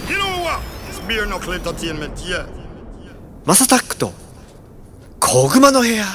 マサタックと小熊の部屋。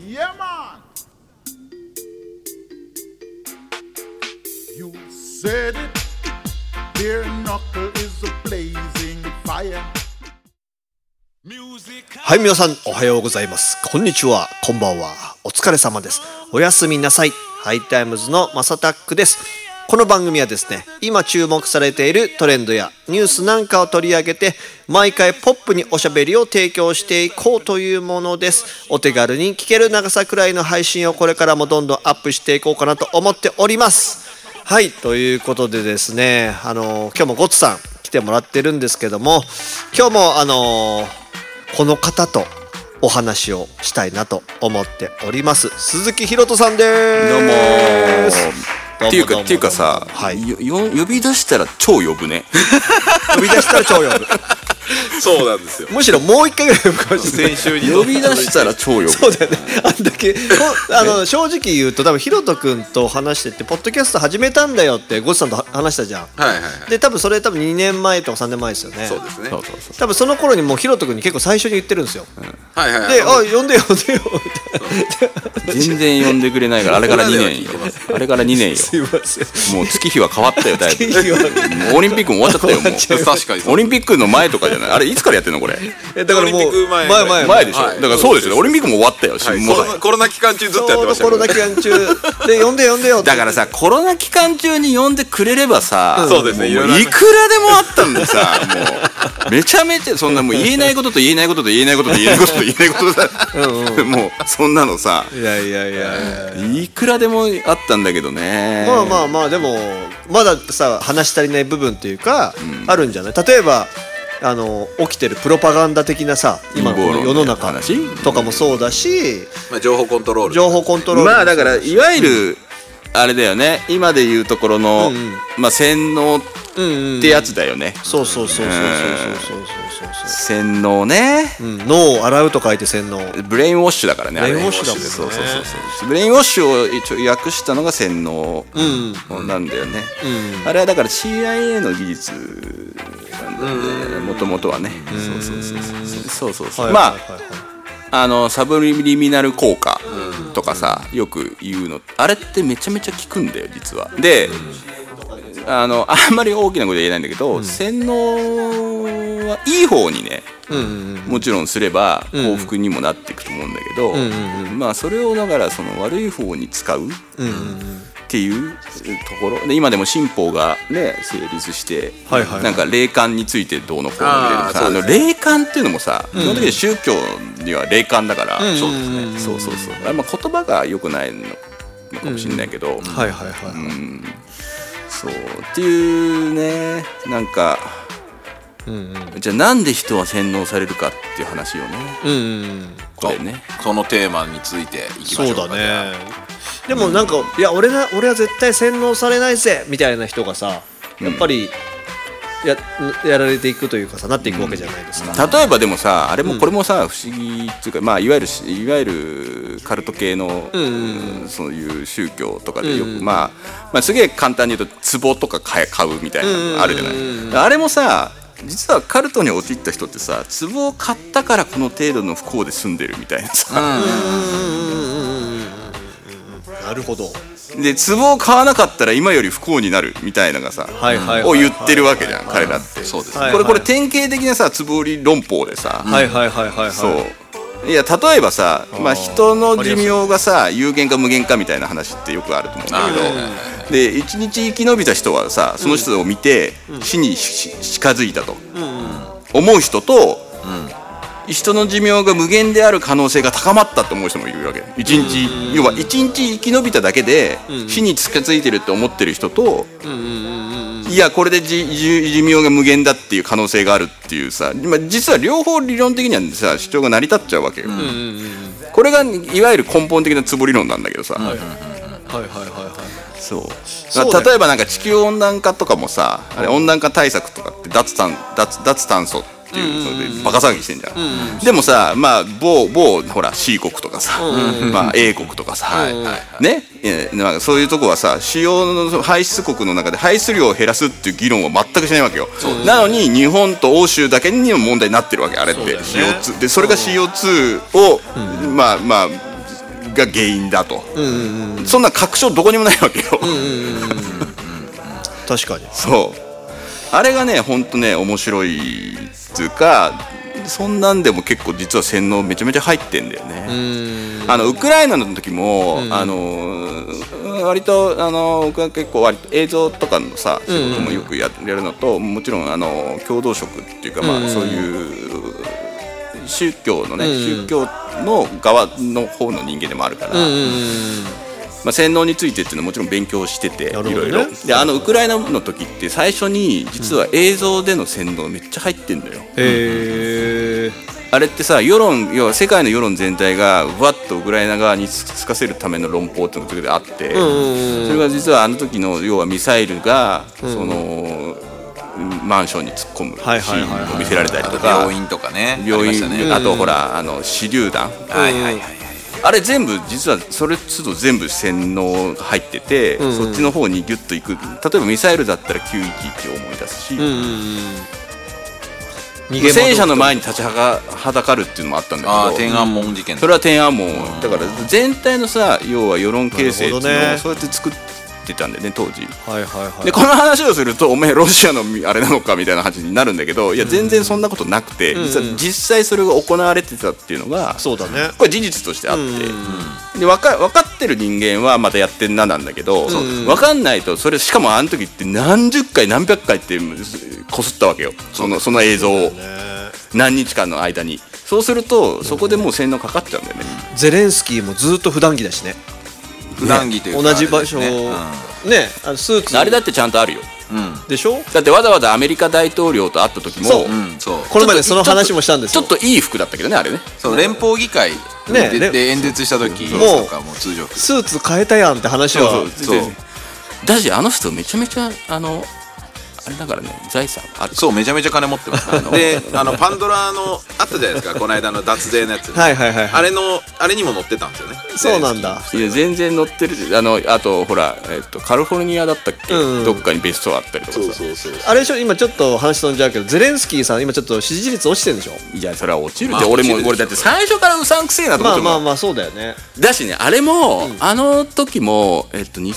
はい、皆さんおはようございます。こんにちは、こんばんは。お疲れ様です。おやすみなさい。ハイタイムズのマサタックです。この番組はですね、今注目されているトレンドやニュースなんかを取り上げて、毎回ポップにおしゃべりを提供していこうというものです。お手軽に聞ける長さくらいの配信をこれからもどんどんアップしていこうかなと思っております。はい、ということでですね、今日もゴッツさん来てもらってるんですけども、今日もこの方とお話をしたいなと思っております。鈴木ひろとさんです。 どうもっていうかさ、はい、呼び出したら超呼ぶね。 呼び出したら超呼ぶ。 そうなんですよ。 むしろもう一回ぐらい呼ぶかもしれない。 先週に呼び出したら超呼ぶ。 そうだよね。あんだけ正直言うと、多分ひろとくんと話しててポッドキャスト始めたんだよってゴチさんと話したじゃん。 はいはいはい。 で多分2年前とか3年前ですよね。 そうですね。そう多分その頃にもうひろとくんに結構最初に言ってるんですよ。 はいはいはい。 で、呼んでよみたいな。 全然呼んでくれないから、あれから2年よ。あれから2年よ。 すいません。 もう月日は変わったよ、だいぶ。オリンピックも終わっちゃったよ、もう。確かに。オリンピックの前とかじゃない。あれいつからやってんのこれ。 だからもう前でしょ。だからそうですよ。オリンピックも終わったよ。 コロナ期間中ずっとやってました。 コロナ期間中で呼んでよ。 だからさ、コロナ期間中に呼んでくれればさ、 そうですね。いくらでもあったんでさ、もうめちゃめちゃそんなもう言えないことと言えないことと言えないことと言えないことと言えないことだ。もうそんなのさ、いくらでもあったんだけどね。 まあでもまださ話し足りない部分っていうか、あるんじゃない。例えば起きてるプロパガンダ的なさ、今の世の中とかもそうだし、 情報コントロールまあだからいわゆるあれだよね、今でいうところの洗脳ってやつだよね。 そう洗脳ね。 脳を洗うと書いて洗脳。 ブレインウォッシュだからね。 ブレインウォッシュだもんね。 そうブレインウォッシュを一応訳したのが洗脳なんだよね。あれはだから CIA の技術なんだよね、もともとはね。そうまあサブリミナル効果とかさ、よく言うの、あれってめちゃめちゃ効くんだよ実は。であんまり大きなことは言えないんだけど、洗脳はいい方にね、もちろんすれば幸福にもなっていくと思うんだけど、まあそれをだからその悪い方に使うっていうところで、今でも新法がね成立して、なんか霊感についてどうのこうのみたいなさ、霊感っていうのもさ、基本的に宗教には霊感だから、そうですね。そう言葉が良くないのかもしれないけど、そうっていうね、なんか、じゃあなんで人は洗脳されるかっていう話よね。これね、 そのテーマについていきましょうか。 そうだね。でもなんか、いや俺は絶対洗脳されないぜみたいな人がさ、やっぱりやられていくというかさ、なっていくわけじゃないですか。 例えばでもさ、あれもこれもさ、不思議っていうか、まあいわゆるカルト系のそういう宗教とかでよく、まあすげえ簡単に言うと壺とか買うみたいなのあるじゃない。あれもさ、実はカルトに陥った人ってさ、壺を買ったからこの程度の不幸で済んでるみたいなさ。 なるほど。 で壺を買わなかったら今より不幸になるみたいなのがさ、を言ってるわけじゃん、彼らって。そうですね。これ典型的なさ、壺売り論法でさ、そういや、例えばさ、人の寿命がさ有限か無限かみたいな話ってよくあると思うんだけど、で一日生き延びた人はさ、その人を見て死に近づいたと思う人と、人の寿命が無限である可能性が高まったと思う人もいるわけ。要は一日生き延びただけで死に近づいてるって思ってる人と、いやこれで寿命が無限だっていう可能性があるっていうさ、実は両方理論的にはさ主張が成り立っちゃうわけよ。これがいわゆる根本的な壺理論なんだけどさ、そう例えばなんか地球温暖化とかもさ、あれ温暖化対策とかって脱炭素っていうのでバカ騒ぎしてんじゃん、でもさ、まあ某ほら C 国とかさ、まあ A 国とかさ、ね、なんかそういうとこはさ、主要の排出国の中で排出量を減らすっていう議論は全くしないわけよ。なのに日本と欧州だけにも問題になってるわけ、あれって、CO2 で、それが CO2 をまあが原因だと、そんな確証どこにもないわけよ。 確かにそう、あれがねほんとね面白いっていうか、そんなんでも結構実は洗脳めちゃめちゃ入ってんだよね。ウクライナの時も、割と僕は結構割と映像とかのさ仕事もよくやるのと、もちろん共同職っていうか、まあそういう宗教のね、宗教の側の方の人間でもあるから、まあ、洗脳についてっていうのはもちろん勉強してて、いろいろで、ウクライナの時って最初に実は映像での洗脳めっちゃ入ってんのよ。あれってさ、要は世界の世論全体がわっとウクライナ側につかせるための論法っていうのがあって、それが実はあの時の要はミサイルがそのマンションに突っ込むシーンを見せられたりとか、 病院とかね、 あとほら手榴弾、あれ全部実はそれ都度全部洗脳入ってて、そっちの方にギュッといく。例えばミサイルだったら911を思い出すし、戦車の前に立ちはだかるっていうのもあったんだけど、 天安門事件、 それは天安門だから全体のさ、要は世論形成っていうのをそうやって作ってたんだよね当時。でこの話をするとお前ロシアのあれなのかみたいな話になるんだけど、いや全然そんなことなくて、実際それが行われてたっていうのが、 そうだね、 これ事実としてあって、で分かってる人間はまたやってんななんだけど、分かんないと、それしかもあの時って何十回何百回ってこすったわけよ、その映像を何日間の間に。そうするとそこでもう洗脳かかっちゃうんだよね。 ゼレンスキーもずっと普段着だしね、 普段着というか、 同じ場所ね、スーツあれだってちゃんとあるよ、 でしょ。 だってわざわざアメリカ大統領と会った時も、 この前その話もしたんですよ。 ちょっといい服だったけどね、あれね。 そう連邦議会で演説した時とかも通常服、 スーツ変えたやんって話は。 だしあの人めちゃめちゃあれだからね、財産ある。 そう、めちゃめちゃ金持ってます。でパンドラのあったじゃないですか、この間の脱税のやつ、あれにも載ってたんですよね。 そうなんだ。 いや全然載ってる。あとほら、カリフォルニアだったっけ、どっかに別荘あったりとかさ。 あれでしょ、今ちょっと話飛んじゃうけど、ゼレンスキーさん今ちょっと支持率落ちてるんでしょ。 いやそれは落ちるって、俺だって最初からうさんくせえなと思っても、 まあそうだよね。 だしね、あれも、あの時も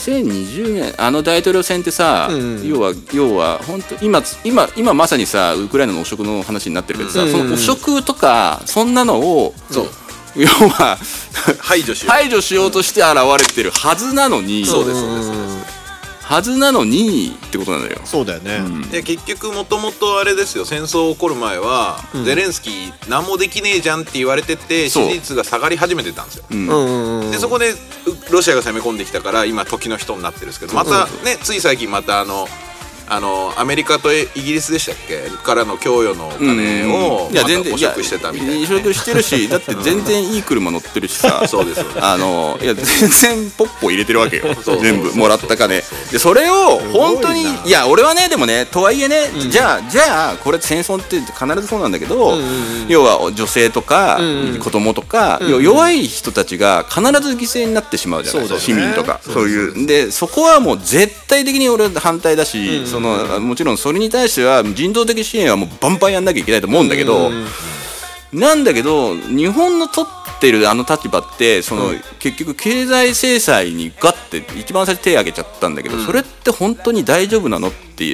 2020年大統領選ってさ、要は本当今まさにさウクライナの汚職の話になってるけどさ、その汚職とかそんなのを要は排除しようとして現れてるはずなのに、はずなのにってことなのよ。 そうだよね。 で結局もともとあれですよ、戦争起こる前は、ゼレンスキー何もできねえじゃんって言われてて、支持率が下がり始めてたんですよ。でそこでロシアが攻め込んできたから今時の人になってるんですけど、またね、つい最近またアメリカとイギリスでしたっけからの供与のお金をまた汚職してたみたいな、 汚職してるし、だって全然いい車乗ってるしさそうですいや全然ポッポ入れてるわけよ、全部もらった金で。それを本当に、いや俺はね、でもね、とはいえね、じゃあこれ戦争って必ずそうなんだけど、要は女性とか子供とか弱い人たちが必ず犠牲になってしまうじゃないですか、市民とか。そういうで、そこはもう絶対的に俺反対だし、もちろんそれに対しては人道的支援はもうバンバンやんなきゃいけないと思うんだけど、なんだけど日本の取ってる立場って結局経済制裁にガッて一番最初手挙げちゃったんだけど、それって本当に大丈夫なのって。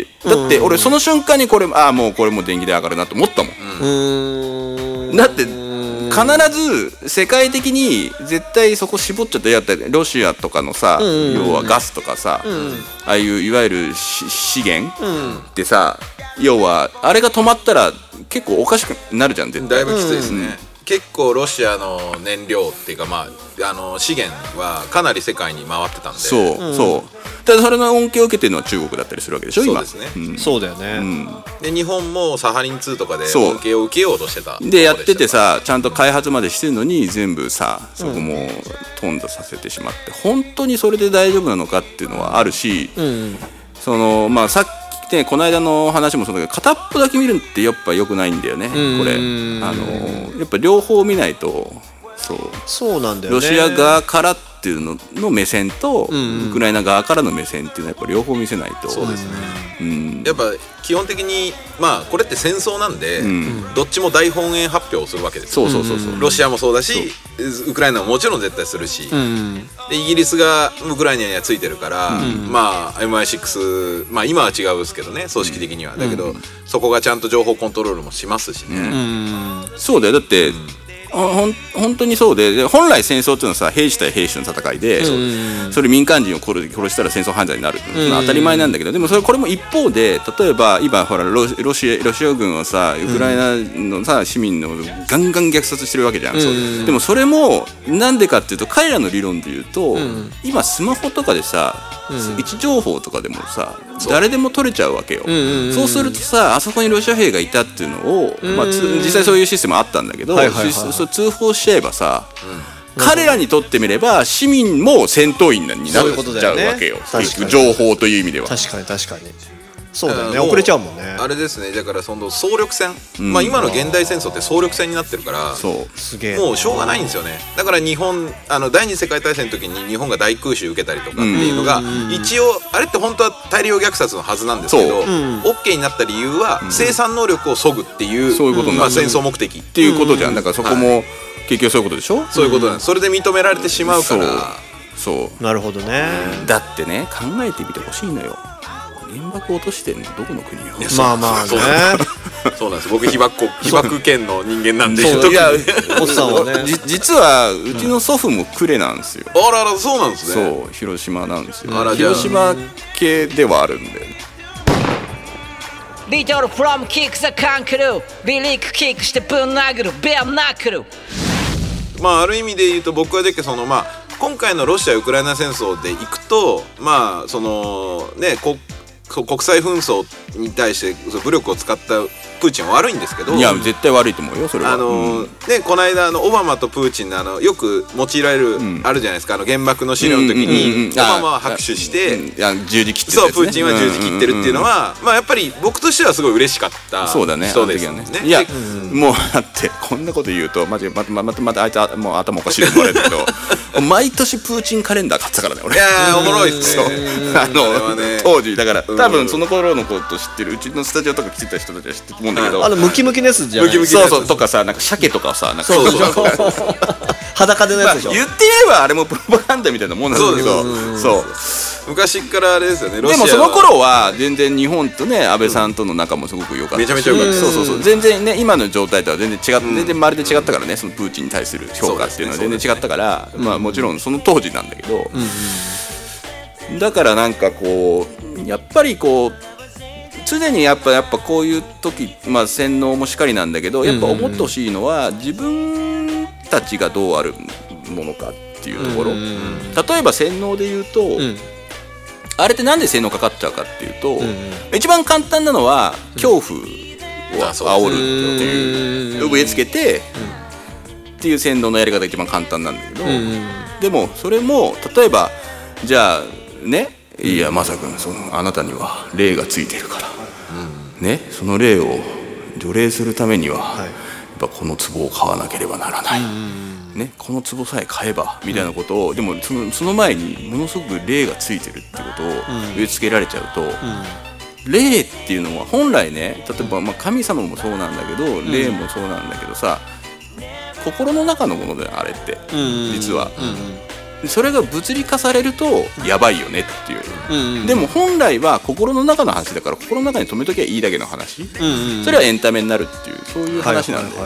だって俺その瞬間にもうこれも電気代上がるなと思ったもん。だって必ず世界的に絶対そこ絞っちゃって、やったりロシアとかのさ、要はガスとかさ、ああいういわゆる資源ってさ、要はあれが止まったら結構おかしくなるじゃん、絶対。 だいぶきついですね。結構ロシアの燃料っていうか、資源はかなり世界に回ってたんで。ただそれの恩恵を受けてるのは中国だったりするわけでしょ、今。 そうですね。そうだよね。 で日本もサハリン2とかで恩恵を受けようとしてたでやっててさ、ちゃんと開発までしてるのに全部さ、そこも頓挫させてしまって、本当にそれで大丈夫なのかっていうのはあるし、さっね、この間の話もそうだけど片っぽだけ見るってやっぱ良くないんだよねこれ。やっぱ両方見ないと。 そうなんだよね。 ロシア側からっていうのの目線と、ウクライナ側からの目線っていうのはやっぱ両方見せないと。 そうですね、やっぱ基本的にまあこれって戦争なんで、どっちも大本営発表をするわけですよ。ロシアもそうだしウクライナももちろん絶対するし、でイギリスがウクライナにはついてるから、まあ MI6、まあ今は違うんですけどね組織的には、だけど、そこがちゃんと情報コントロールもしますしね、 そうだよ。だって、本当にそうで、本来戦争っていうのはさ兵士対兵士の戦いで、それ民間人を殺したら戦争犯罪になるっていうのは当たり前なんだけど、でもこれも一方で例えば今ほらロシア軍はさウクライナのさ市民のガンガン虐殺してるわけじゃん。でもそれもなんでかっていうと彼らの理論で言うと、今スマホとかでさ位置情報とかでもさ誰でも取れちゃうわけよ。そうするとさあそこにロシア兵がいたっていうのを、実際そういうシステムあったんだけど、通報しちゃえばさ、彼らにとってみれば市民も戦闘員になっちゃうわけよ。情報という意味では。 確かにそうだよね。遅れちゃうもんね。 あれですね。だからその総力戦、まあ今の現代戦争って総力戦になってるから、もうしょうがないんですよね。だから日本第二次世界大戦の時に日本が大空襲受けたりとかっていうのが、一応あれって本当は大量虐殺のはずなんですけど、OK になった理由は生産能力を削ぐっていう、まあ戦争目的っていうことじゃん。だからそこも結局そういうことでしょ。 そういうことなんです。それで認められてしまうから。 そうなるほどね。 だってね考えてみてほしいのよ。原爆落としてんのどこの国よ。 まあまあね。 そうなんです。僕被爆県の人間なんで。 いやおっさんはね実はうちの祖父も呉なんですよ。 あららそうなんですね。 そう広島なんですよ。広島系ではあるんで。 リトルフロムキックザカンクルリリックキックしてぶん殴るベアナックル。 まあある意味で言うと僕はだけそのまあ今回のロシア・ウクライナ戦争でいくとまあそのね国際紛争に対して武力を使ったプーチンは悪いんですけど、 いや絶対悪いと思うよそれは。 ねこの間オバマとプーチンのよく用いられる、あるじゃないですか原爆の資料の時にオバマは拍手して十字切ってる、 そうプーチンは十字切ってるっていうのは、まあやっぱり僕としてはすごい嬉しかった人ですよね。 いやもうだってこんなこと言うとまたあいつはもう頭おかしいと思われるけど毎年プーチンカレンダー買ってたからね俺。 いやおもろいっすね。 当時だから多分その頃のこと知ってるうちのスタジオとか来てた人たちは知ってると思うんだけど、 ムキムキのやつじゃない。 そうとかさなんか鮭とかさなんかそう裸でのやつでしょ。 言って言えばあれもプロパガンダみたいなもんなんだけど、そう昔からあれですよね。 でもその頃は全然日本とね安倍さんとの仲もすごく良かった。 めちゃめちゃ良かった。 そう全然ね今の状態とは全然違って全然まるで違ったからねそのプーチンに対する評価っていうのは全然違ったからまあもちろんその当時なんだけど、だからなんかこうやっぱりこう常にやっぱこういう時まあ洗脳もしかりなんだけどやっぱ思ってほしいのは自分たちがどうあるものかっていうところ。例えば洗脳で言うと、あれってなんで洗脳かかっちゃうかっていうと、一番簡単なのは恐怖を煽るっていう植え付けてっていう洗脳のやり方が一番簡単なんだけど、でもそれも例えばじゃあねいやまさくんあなたには霊がついてるから、ねその霊を除霊するためには、やっぱこの壺を買わなければならない、ね、この壺さえ買えばみたいなことを、でもその前にものすごく霊がついてるってことを植え付けられちゃうと、霊っていうのは本来ね例えば、神様もそうなんだけど、霊もそうなんだけどさ心の中のものだよあれって、実は。それが物理化されるとやばいよねっていう、でも本来は心の中の話だから心の中に留めときゃいいだけの話、それはエンタメになるっていうそういう話なんで、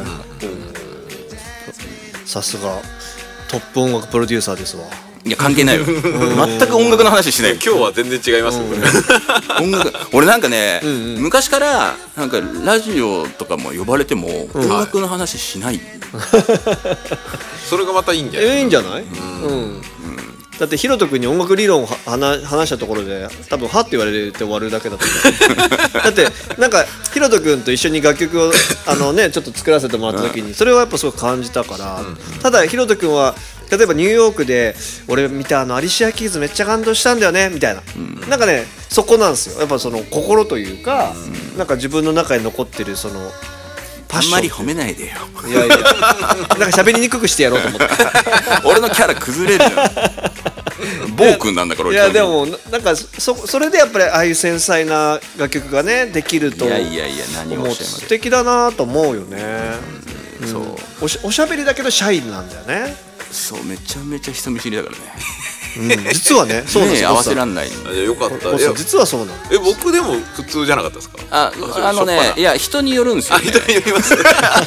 さすがトップ音楽プロデューサーですわ。 いや関係ないよ全く音楽の話しないよ今日は全然違いますよ音楽俺なんかね、昔からなんかラジオとかも呼ばれても音楽の話しない、 それがまたいいんじゃない。 いいんじゃない。だってヒロト君に音楽理論を話したところで多分はって言われて終わるだけだと思うだってなんかヒロト君と一緒に楽曲をちょっと作らせてもらった時にそれはやっぱすごく感じたから、ただヒロト君は例えばニューヨークで俺見たアリシア・キーズめっちゃ感動したんだよねみたいな、なんかねそこなんですよやっぱその心というか、なんか自分の中に残ってるそのあんまり褒めないでよ。 いやいやなんか喋りにくくしてやろうと思って俺のキャラ崩れるじゃん。暴君なんだから。 いやでもなんかそれでやっぱりああいう繊細な楽曲がねできるといや何をおっしゃいます。 素敵だなと思うよね。 そうおしゃべりだけどシャイなんだよね。 そうめちゃめちゃ人見知りだからね。 実はねそうなんですよ。 合わせらんない。 よかった。 実はそうなの。 僕でも普通じゃなかったですか。 いや人によるんですよ。 人によります。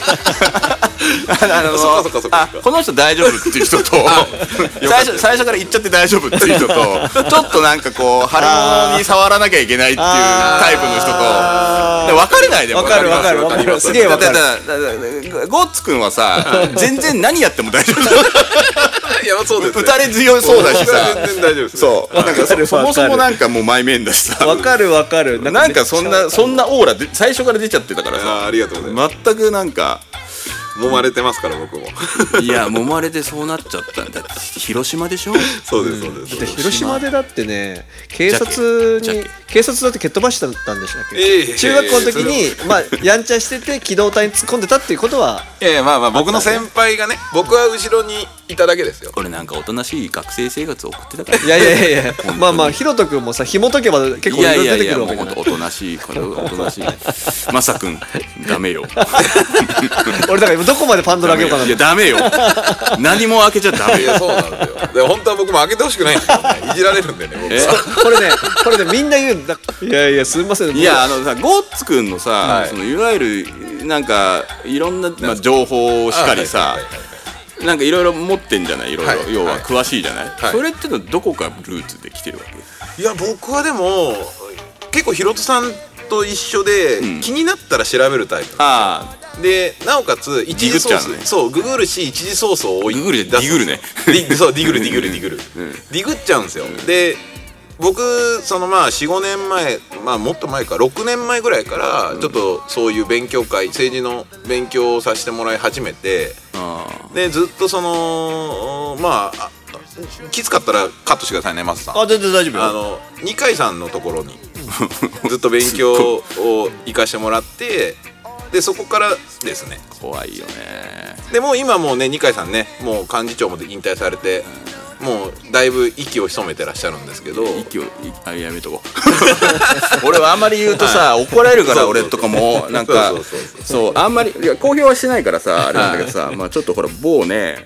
この人大丈夫っていう人と最初から言っちゃって大丈夫っていう人とちょっとなんかこう腫れ物に触らなきゃいけないっていうタイプの人と分かれないで。 分かるすげえ分かる。 ゴッツくんはさ全然何やっても大丈夫。 いやそうです。 打たれ強そうだしさ。 全然大丈夫です。 そうなんかそもそもなんかもう前面だしさ。 分かるなんかそんなオーラで最初から出ちゃってたからさ。 ありがとうございます。 全くなんか揉まれてますから僕も。 いや揉まれてそうなっちゃったんだ。広島でしょ。 そうです広島でだってね警察だって蹴っ飛ばしたんでしたっけ。中学校の時にやんちゃしてて機動隊に突っ込んでたっていうことは。 いやまあ僕の先輩がね、僕は後ろにいただけですよ。 これなんかおとなしい学生生活を送ってたから。 いやまあひろとくんもさ紐解けば結構いろいろ出てくるわけじゃない。 おとなしいこれおとなしい。まさくんダメよ。 俺だからどこまでパンドラ開けようかな。 いやダメよ。何も開けちゃダメ。 いやそうなんですよ。で本当は僕も開けてほしくないんですけどね。いじられるんでね。 これねみんな言うんだ。いやすみません。 いやさゴッツくんのさそのいわゆるなんかいろんな情報しかりさ。なんかいろいろ持ってんじゃない。いろいろ要は詳しいじゃない。それってのどこかルーツで来てるわけ。 いや僕はでも結構ひろとさんと一緒で気になったら調べるタイプなんですよ。でなおかつ一次ソース、そうググるし一次ソースを置いてググるディグルね。 そうディグルディグっちゃうんですよ。で僕その4,5年前もっと前か6年前ぐらいからちょっとそういう勉強会政治の勉強をさせてもらい始めて、でずっとそのきつかったらカットしてくださいねマスさん。 全然大丈夫よ。 二階さんのところにずっと勉強を行かしてもらってでそこからですね。 怖いよね。 でも今もうね二階さんねもう幹事長も引退されてもうだいぶ息を潜めてらっしゃるんですけど。 やめとこう。俺はあんまり言うとさ怒られるから。俺とかもなんかそうあんまり公表はしてないからさあれなんだけどさちょっとほら某ね。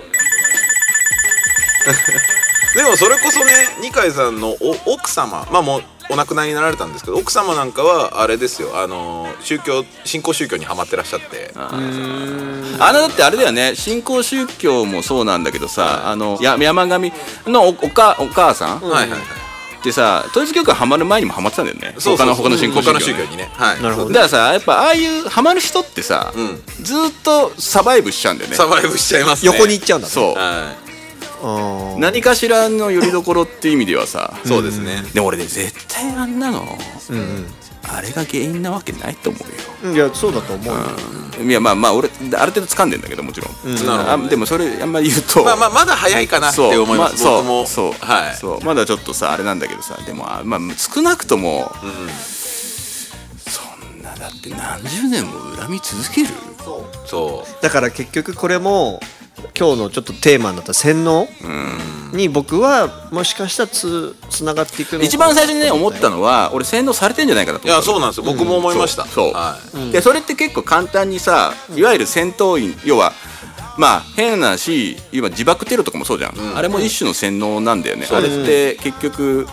でもそれこそね二階さんの奥様もうお亡くなりになられたんですけど奥様なんかはあれですよ新興宗教にハマってらっしゃって。 だってあれだよね新興宗教もそうなんだけどさ山上のお母さんでさ統一教会ハマる前にもハマってたんだよね。他の新興宗教にね。 なるほど。 だからさやっぱああいうハマる人ってさずっとサバイブしちゃうんだよね。 サバイブしちゃいますね。 横に行っちゃうんだね。 そう何かしらの拠り所っていう意味ではさ。 そうですね。 でも俺ね絶対あんなのあれが原因なわけないと思うよ。 いやそうだと思う。 いや俺ある程度掴んでんだけどもちろん。でもそれあんまり言うとまだ早いかなって思います。僕もそうまだちょっとさあれなんだけどさでも少なくともそんなだって何十年も恨み続ける。 そうだから結局これも今日のちょっとテーマになった洗脳に僕はもしかしたらつながっていくのか。 一番最初にね思ったのは俺洗脳されてんじゃないかなと思った。 いやそうなんですよ。僕も思いました。 でそれって結構簡単にさいわゆる戦闘員要は変な話今自爆テロとかもそうじゃん。あれも一種の洗脳なんだよね。あれって結局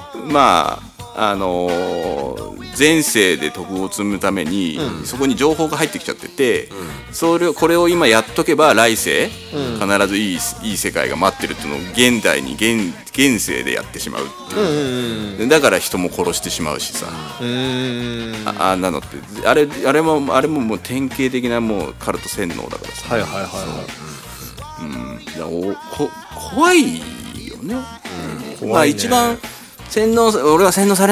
前世で徳を積むためにそこに情報が入ってきちゃっててこれを今やっとけば来世必ずいい世界が待ってるっていうのを現代に現世でやってしまうっていう。だから人も殺してしまうしさあんなのってあれももう典型的なもうカルト洗脳だからさ。怖いよね。一番俺は洗脳されないっ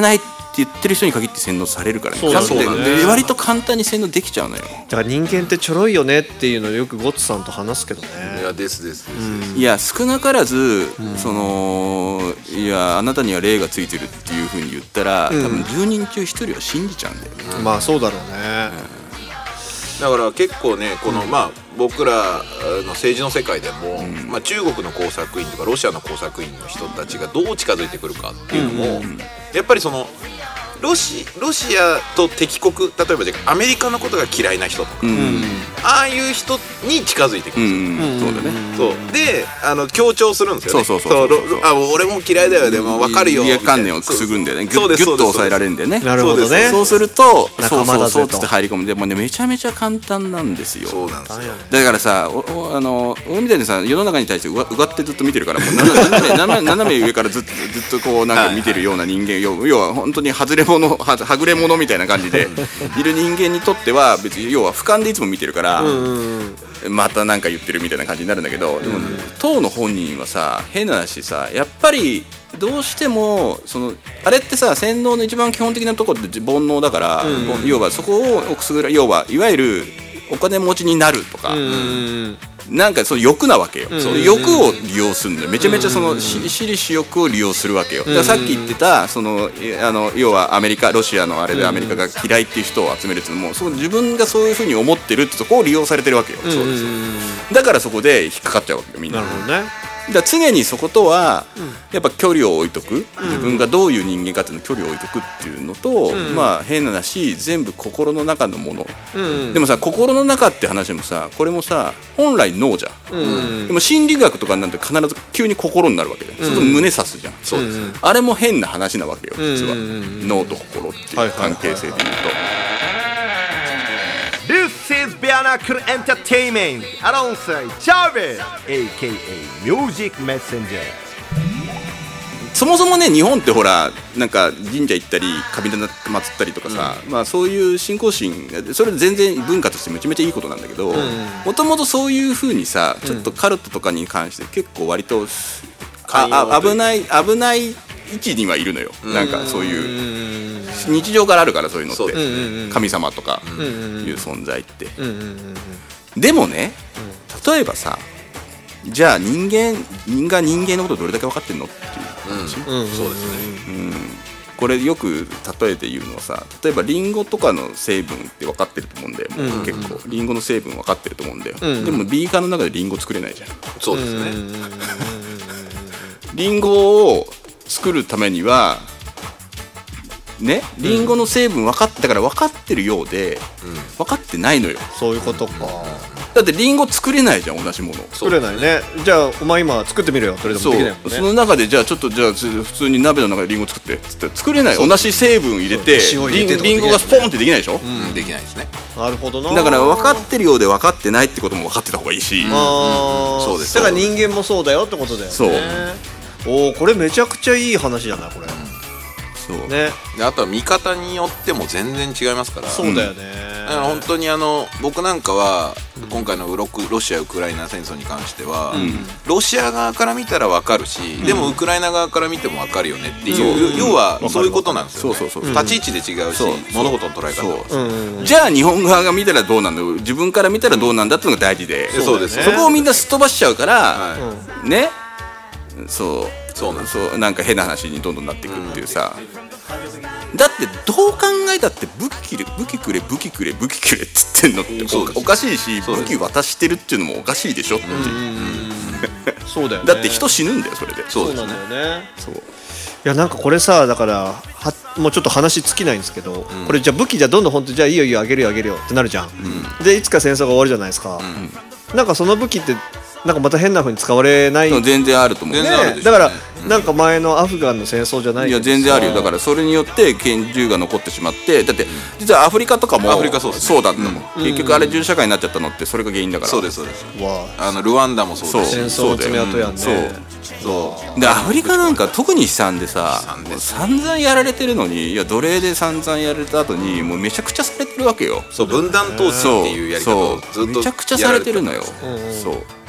言ってる人に限って洗脳されるからね。 そうだねで割と簡単に洗脳できちゃうのよ。 だから人間ってちょろいよねっていうのをよくゴッツさんと話すけどね。 いやです、 いや少なからず、そのいやあなたには霊がついてるっていう風に言ったら、多分10人中1人は信じちゃうんだよね。 まあそうだろうね。 だから結構ねこの、まあ僕らの政治の世界でも、まあ、中国の工作員とかロシアの工作員の人たちがどう近づいてくるかっていうのも、やっぱりそのロシアと敵国、例えばじゃあアメリカのことが嫌いな人とか、ああいう人に近づいてくるんですよ。 そうだね。 そうで強調するんですよね。 そう俺も嫌いだよ、でも分かるよみたいな。 観念をくすぐんだよね。ギュそうですッと抑えられるんだよね。 なるほどね。 そうすると仲間だぜとそうつって入り込む。でもねめちゃめちゃ簡単なんですよ。 そうなんですよ。 だからさ俺みたいにさ世の中に対してうがってずっと見てるから、もう斜め上からずっとこうなんか見てるような人間、要は本当にはぐれ者みたいな感じでいる人間にとっては別に要は俯瞰でいつも見てるから、またなんか言ってるみたいな感じになるんだけど、でも当の本人はさ変な話さ、やっぱりどうしてもあれってさ洗脳の一番基本的なところって煩悩だから、要はそこをくすぐら、要はいわゆるお金持ちになるとか、なんかその欲なわけよ。その欲を利用するんだよ。めちゃめちゃその私利私欲を利用するわけよ。だからさっき言ってた要はロシアのあれでアメリカが嫌いっていう人を集めるっていうのも、自分がそういうふうに思ってるってとこを利用されてるわけよ。だからそこで引っかかっちゃうわけよみんな。 なるほどね。 だから常にそことはやっぱ距離を置いとく、自分がどういう人間かっていうの距離を置いとくっていうのと、まあ変な話全部心の中のもの、でもさ心の中って話もさ、これもさ本来脳じゃん、でも心理学とかなんて必ず急に心になるわけで、そうすると胸刺すじゃん、そうです、あれも変な話なわけよ実は、脳と心っていう関係性でいうと、 This is Bianacle Entertainment alongside Jarvis, aka Music Messenger. そもそもね日本ってほらなんか神社行ったり神棚祀ったりとかさ、まあそういう信仰心、それ全然文化としてめちゃめちゃいいことなんだけど、もともとそういう風にさちょっとカルトとかに関して結構割と危ない位置にはいるのよ。なんかそういう日常からあるから、そういうのって神様とかいう存在って。でもね、例えばさ、じゃあ人間のことどれだけ分かってんのっていう話。 そうですね。 これよく例えて言うのはさ、例えばリンゴとかの成分って分かってると思うんだよ。結構リンゴの成分分かってると思うんだよ。でもビーカーの中でリンゴ作れないじゃん。 そうですね。 リンゴを作るためにはね、リンゴの成分分かってたから分かってるようで、分かってないのよ。 そういうことか。 だってリンゴ作れないじゃん、同じもの作れないね。じゃあお前今作ってみるよ。それでもできないもんね。 その中でじゃあ普通に鍋の中でリンゴ作ってっつって作れない。同じ成分入れてリンゴがスポンってできないでしょ。 できないですね。 なるほどな。 だから分かってるようで分かってないってことも分かってた方がいいし。 そうです。だから人間もそうだよってことだよね。 そう。 おお、これめちゃくちゃいい話じゃないこれ。 そうね。であとは見方によっても全然違いますから。 そうだよね。 だから本当に僕なんかは今回のロシア・ウクライナ戦争に関しては、ロシア側から見たら分かるし、でもウクライナ側から見ても分かるよねっていう、要はそういうことなんですよね。立ち位置で違うし、物事の捉え方は。 じゃあ日本側が見たらどうなんだ、自分から見たらどうなんだっていうのが大事で、そこをみんなすっ飛ばしちゃうからね。そうなんか変な話にどんどんなっていくっていうさ、だってどう考えたって武器くれっつってんのっておかしいし、武器渡してるっていうのもおかしいでしょっていうそうだよね。 だって人死ぬんだよそれで。 そうなんだよね。そう。いやなんかこれさ、だからもうちょっと話尽きないんですけど、これじゃあ武器じゃどんどん本当じゃあいいよあげるよってなるじゃん。でいつか戦争が終わるじゃないですか。なんかその武器ってなんかまた変な風に使われない。 全然あると思うね。 だからなんか前のアフガンの戦争じゃない。 いや全然あるよ。だからそれによって拳銃が残ってしまって、だって実はアフリカとかもそうだったもん。結局あれ銃社会になっちゃったのってそれが原因だから。 そうですルワンダもそうです。 戦争の爪痕やんね。 そうでアフリカなんか特に悲惨でさ、散々やられてるのに、いや奴隷で散々やられた後にもうめちゃくちゃされてるわけよ。 そう分断統治っていうやり方をずっとめちゃくちゃされてるのよ。そう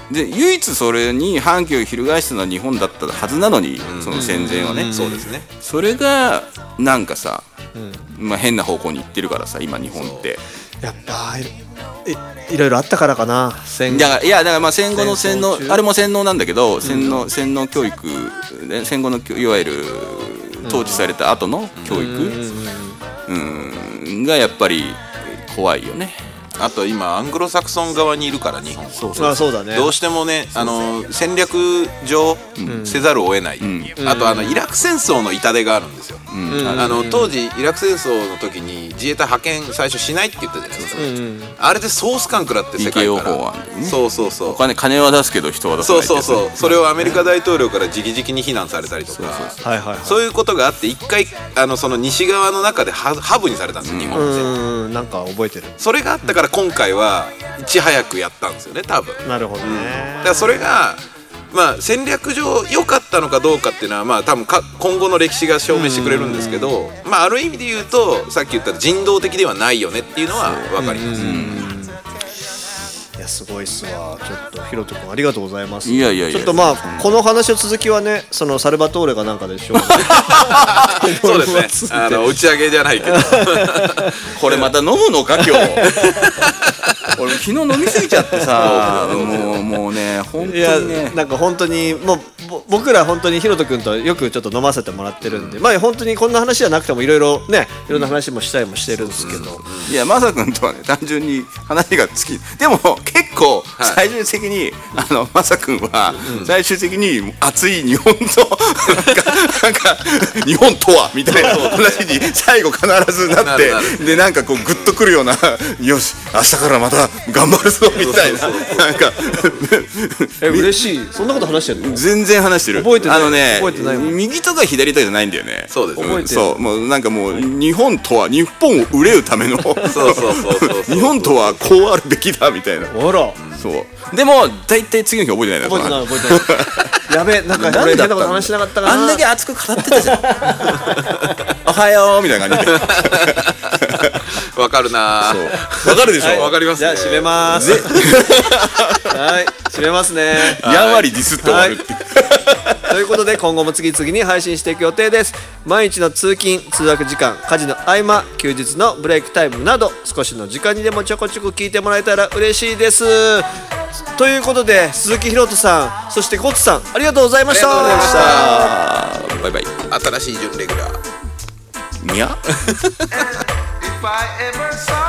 で唯一それに反旗を翻したのは日本だったはずなのに、その戦前はね、 そうですね。 それがなんかさ、まあ、変な方向に行ってるからさ今日本って。 やっぱいろいろあったからかな。 だからまあ戦後の洗脳、あれも洗脳なんだけど、洗脳教育、戦後のいわゆる統治された後の教育がやっぱり怖いよね。 あと今アングロサクソン側にいるから日本はそうだね。 どうしてもね戦略上せざるを得ない、あとイラク戦争の痛手があるんですよ、当時イラク戦争の時に自衛隊派遣最初しないって言ったじゃないですか、あれでソース感食らって世界から PKO 法案でね、 そう金は出すけど人は出さないって、 それをアメリカ大統領から直々に非難されたりとか、そういうことがあって一回その西側の中でハブにされたんですよ日本って。 なんか覚えてる。 それがあったから今回はいち早くやったんですよね多分。 なるほどね。 だからそれがまあ戦略上良かったのかどうかっていうのはまあ多分今後の歴史が証明してくれるんですけど、まあある意味で言うとさっき言った人道的ではないよねっていうのは分かります。 いやすごいっすわ。ちょっとヒロト君ありがとうございます。 いやちょっとまあこの話の続きはね、そのサルバトーレがなんかでしょう。 そうですね。打ち上げじゃないけど。 これまた飲むのか今日。俺昨日飲みすぎちゃってさ、もうね本当にね。 なんか本当にもう僕ら本当にヒロト君とよくちょっと飲ませてもらってるんで、まあ本当にこんな話じゃなくてもいろいろね、いろんな話もしたりもしてるんですけど。 いやマサ君とはね単純に話が尽き。でも結構最終的にマサ君は最終的に熱い日本となんか日本とはみたいな話に最後必ずなってでなんかこうグッとくるようなよし明日からまた頑張るぞみたいななんか嬉しい。そんなこと話してるの？ 全然話してる。 覚えてない右とか左とかじゃないんだよね。 そうです。 覚えてる。 そうもうなんかもう日本とは日本を憂うための日本とはこうあるべきだみたいな。 あら。 そうでも大体次の日覚えてないんだよ。 覚えてないやべえ、なんか変なこと話しなかったかな。 あんだけ熱く語ってたじゃん。おはようみたいな感じで。 わかるな。 わかるでしょ。 わかります。 じゃあ締めます。はい、締めますね。 やんわりディスって終わるって。 ということで今後も次々に配信していく予定です。毎日の通勤通学時間、家事の合間、休日のブレイクタイムなど少しの時間にでもちょこちょこ聞いてもらえたら嬉しいです。ということで鈴木ひろとさん、そしてゴッツさん、ありがとうございました。 バイバイ。 新しい準レギュラー。 にゃ。 If I ever saw